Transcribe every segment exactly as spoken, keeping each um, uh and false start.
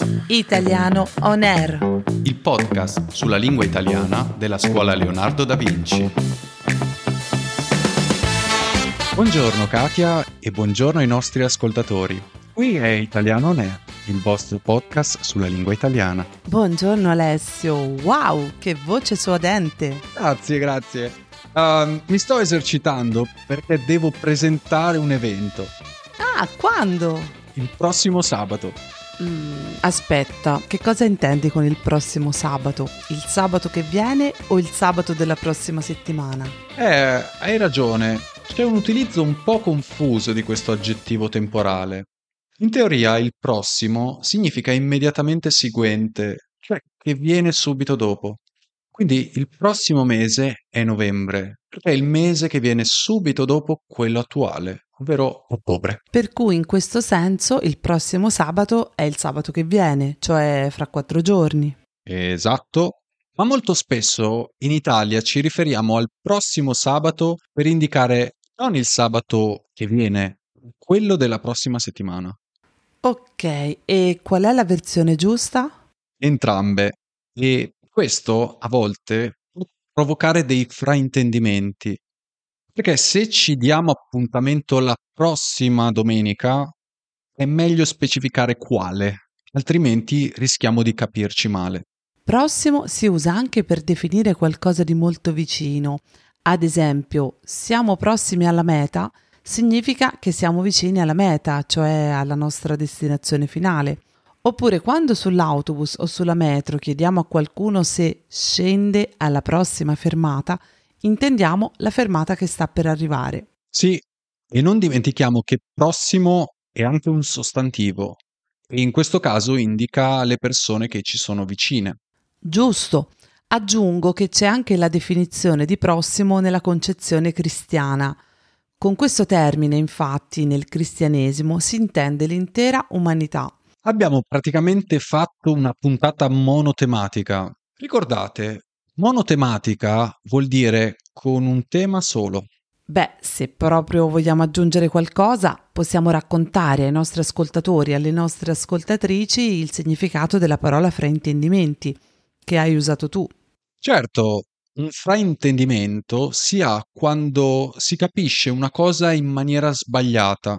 Italiano On Air, il podcast sulla lingua italiana della Scuola Leonardo da Vinci. Buongiorno Katia e buongiorno ai nostri ascoltatori. Qui è Italiano On Air, il vostro podcast sulla lingua italiana. Buongiorno Alessio, wow, che voce suadente! Grazie, grazie. Uh, mi sto esercitando perché devo presentare un evento. Ah, quando? Il prossimo sabato. Mm, aspetta, che cosa intendi con il prossimo sabato? Il sabato che viene o il sabato della prossima settimana? Eh, hai ragione. C'è un utilizzo un po' confuso di questo aggettivo temporale. In teoria il prossimo significa immediatamente seguente, cioè che viene subito dopo. Quindi il prossimo mese è novembre, perché è il mese che viene subito dopo quello attuale, ovvero ottobre. Per cui in questo senso il prossimo sabato è il sabato che viene, cioè fra quattro giorni. Esatto, ma molto spesso in Italia ci riferiamo al prossimo sabato per indicare non il sabato che viene, quello della prossima settimana. Ok, e qual è la versione giusta? Entrambe. E questo a volte può provocare dei fraintendimenti. Perché se ci diamo appuntamento la prossima domenica, è meglio specificare quale, altrimenti rischiamo di capirci male. Prossimo si usa anche per definire qualcosa di molto vicino. Ad esempio, siamo prossimi alla meta significa che siamo vicini alla meta, cioè alla nostra destinazione finale. Oppure quando sull'autobus o sulla metro chiediamo a qualcuno se scende alla prossima fermata, intendiamo la fermata che sta per arrivare. Sì, e non dimentichiamo che prossimo è anche un sostantivo, e in questo caso indica le persone che ci sono vicine. Giusto. Aggiungo che c'è anche la definizione di prossimo nella concezione cristiana. Con questo termine, infatti, nel cristianesimo si intende l'intera umanità. Abbiamo praticamente fatto una puntata monotematica. Ricordate, monotematica vuol dire con un tema solo. Beh, se proprio vogliamo aggiungere qualcosa, possiamo raccontare ai nostri ascoltatori e alle nostre ascoltatrici il significato della parola fraintendimenti che hai usato tu. Certo, un fraintendimento si ha quando si capisce una cosa in maniera sbagliata.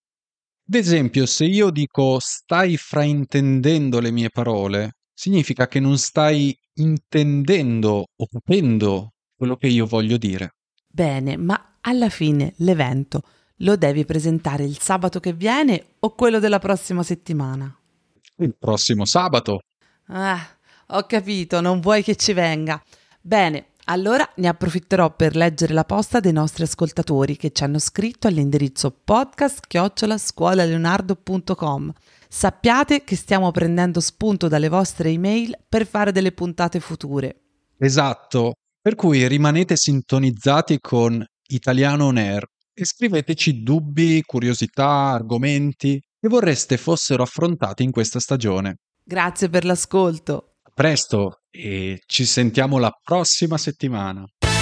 Ad esempio, se io dico stai fraintendendo le mie parole, significa che non stai intendendo o capendo quello che io voglio dire. Bene, ma alla fine l'evento lo devi presentare il sabato che viene o quello della prossima settimana? Il prossimo sabato. Ah, ho capito, non vuoi che ci venga. Bene, allora ne approfitterò per leggere la posta dei nostri ascoltatori che ci hanno scritto all'indirizzo podcast chiocciola scuolaleonardo punto com. Sappiate che stiamo prendendo spunto dalle vostre email per fare delle puntate future. Esatto, per cui rimanete sintonizzati con Italiano On Air e scriveteci dubbi, curiosità, argomenti che vorreste fossero affrontati in questa stagione. Grazie per l'ascolto. A presto e ci sentiamo la prossima settimana.